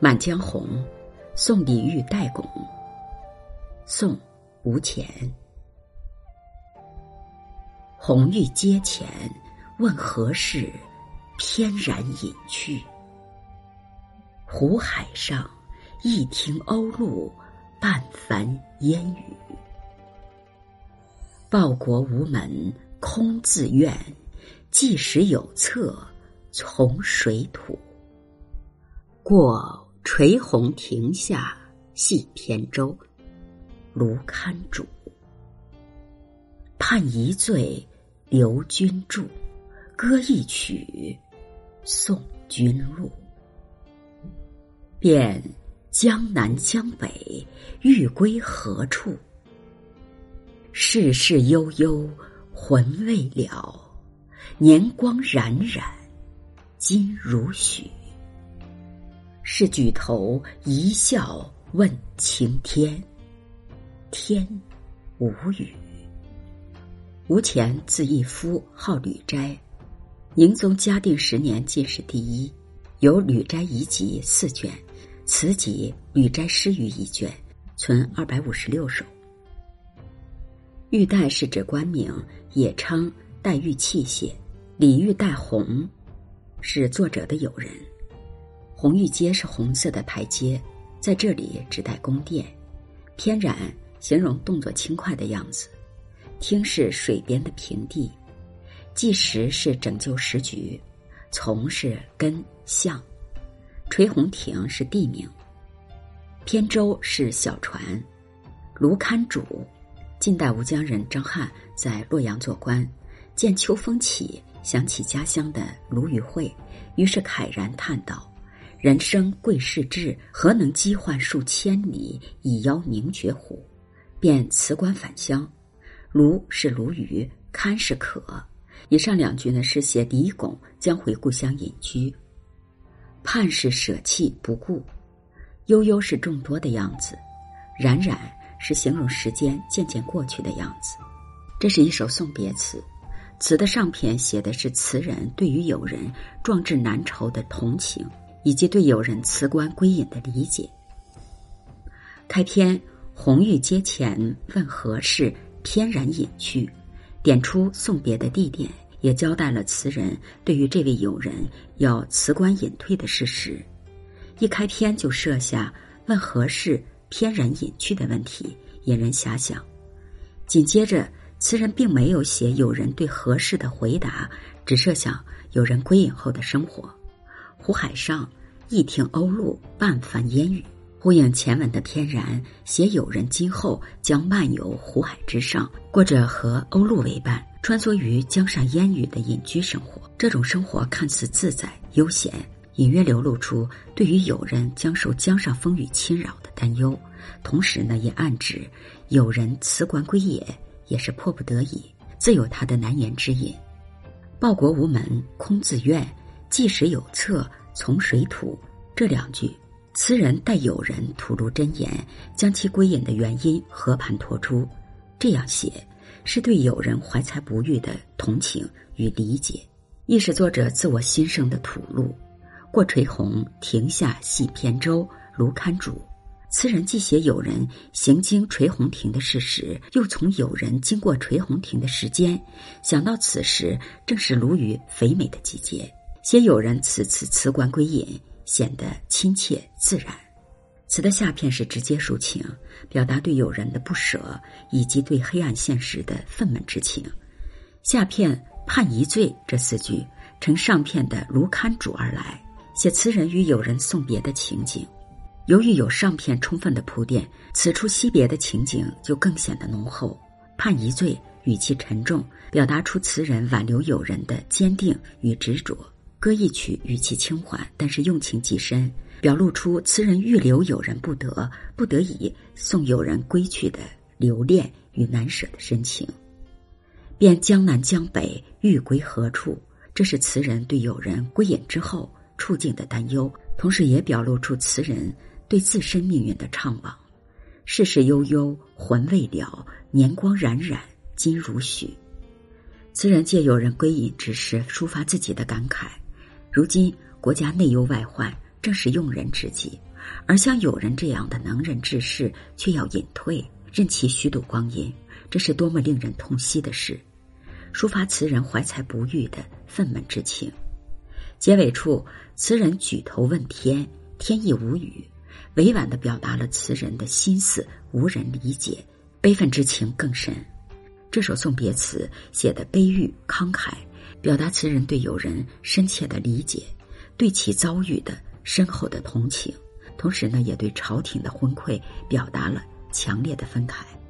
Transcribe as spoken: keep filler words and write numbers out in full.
满江红·送李煜代拱。宋·吴乾。红玉阶前问何事，翩然隐去。湖海上一听鸥鹭，半帆烟雨。报国无门空自怨，既使有策从水土。过垂虹亭下戏扁舟，卢堪主。盼一醉留君住，歌一曲送君路。便江南江北，欲归何处？世事悠悠，魂未了，年光冉冉，今如许。是举头一笑问青天，天无语。吴乾字义夫，号吕斋，宁宗嘉定十年进士第一，有《吕斋遗集》四卷，词集《吕斋诗语》一卷，存二百五十六首。玉带是指官名，也称带玉器械。李煜带红是作者的友人。红玉阶是红色的台阶，在这里指代宫殿。翩然形容动作轻快的样子。汀是水边的平地。济时是拯救时局。从是根象。垂虹亭是地名。扁舟是小船。卢堪主，晋代吴江人张翰在洛阳做官，见秋风起，想起家乡的卢与会，于是慨然叹道：人生贵世至，何能积患数千里，以邀宁绝乎？便辞官返乡。卢是鲈鱼，堪是可。以上两句呢是写李拱将回故乡隐居。盼是舍弃不顾。悠悠是众多的样子。冉冉是形容时间渐渐过去的样子。这是一首送别词，词的上篇写的是词人对于友人壮志难酬的同情，以及对友人辞官归隐的理解。开篇红玉阶前问何事，翩然隐去，点出送别的地点，也交代了词人对于这位友人要辞官隐退的事实。一开篇就设下问何事翩然隐去的问题，引人遐想。紧接着词人并没有写友人对何事的回答，只设想友人归隐后的生活。湖海上一听鸥鹭，半帆烟雨，呼应前文的翩然，写友人今后将漫游湖海之上，过着和鸥鹭为伴，穿梭于江上烟雨的隐居生活。这种生活看似自在悠闲，隐约流露出对于友人将受江上风雨侵扰的担忧，同时呢，也暗指友人辞官归野也是迫不得已，自有他的难言之隐。报国无门空自怨，既使有策从水土，这两句词人带友人吐露真言，将其归隐的原因和盘托出。这样写是对友人怀才不遇的同情与理解，亦是作者自我心声的吐露。过垂虹亭下戏扁舟，卢堪主。词人既写友人行经垂虹亭的事实，又从友人经过垂虹亭的时间，想到此时正是鲈鱼肥美的季节，写友人此次辞官归隐，显得亲切自然。词的下片是直接抒情，表达对友人的不舍，以及对黑暗现实的愤懑之情。下片盼一醉这四句承上片的卢堪主而来，写词人与友人送别的情景。由于有上片充分的铺垫，此处惜别的情景就更显得浓厚。盼一醉语气沉重，表达出词人挽留友人的坚定与执着。歌一曲语气轻缓，但是用情极深，表露出词人欲留友人不得，不得已送友人归去的留恋与难舍的深情。便江南江北，欲归何处，这是词人对友人归隐之后处境的担忧，同时也表露出词人对自身命运的怅惘。世事悠悠，魂未了，年光冉冉，今如许。词人借友人归隐之时抒发自己的感慨。如今国家内忧外患，正是用人之际， 而像友人这样的能人志士却要隐退，任其虚度光阴，这是多么令人痛惜的事，抒发词人怀才不遇的愤懑之情。结尾处，词人举头问天，天亦无语，委婉地表达了词人的心思无人理解，悲愤之情更深。这首送别词写得悲郁慷慨，表达词人对友人深切的理解，对其遭遇的深厚的同情，同时呢，也对朝廷的昏聩表达了强烈的愤慨。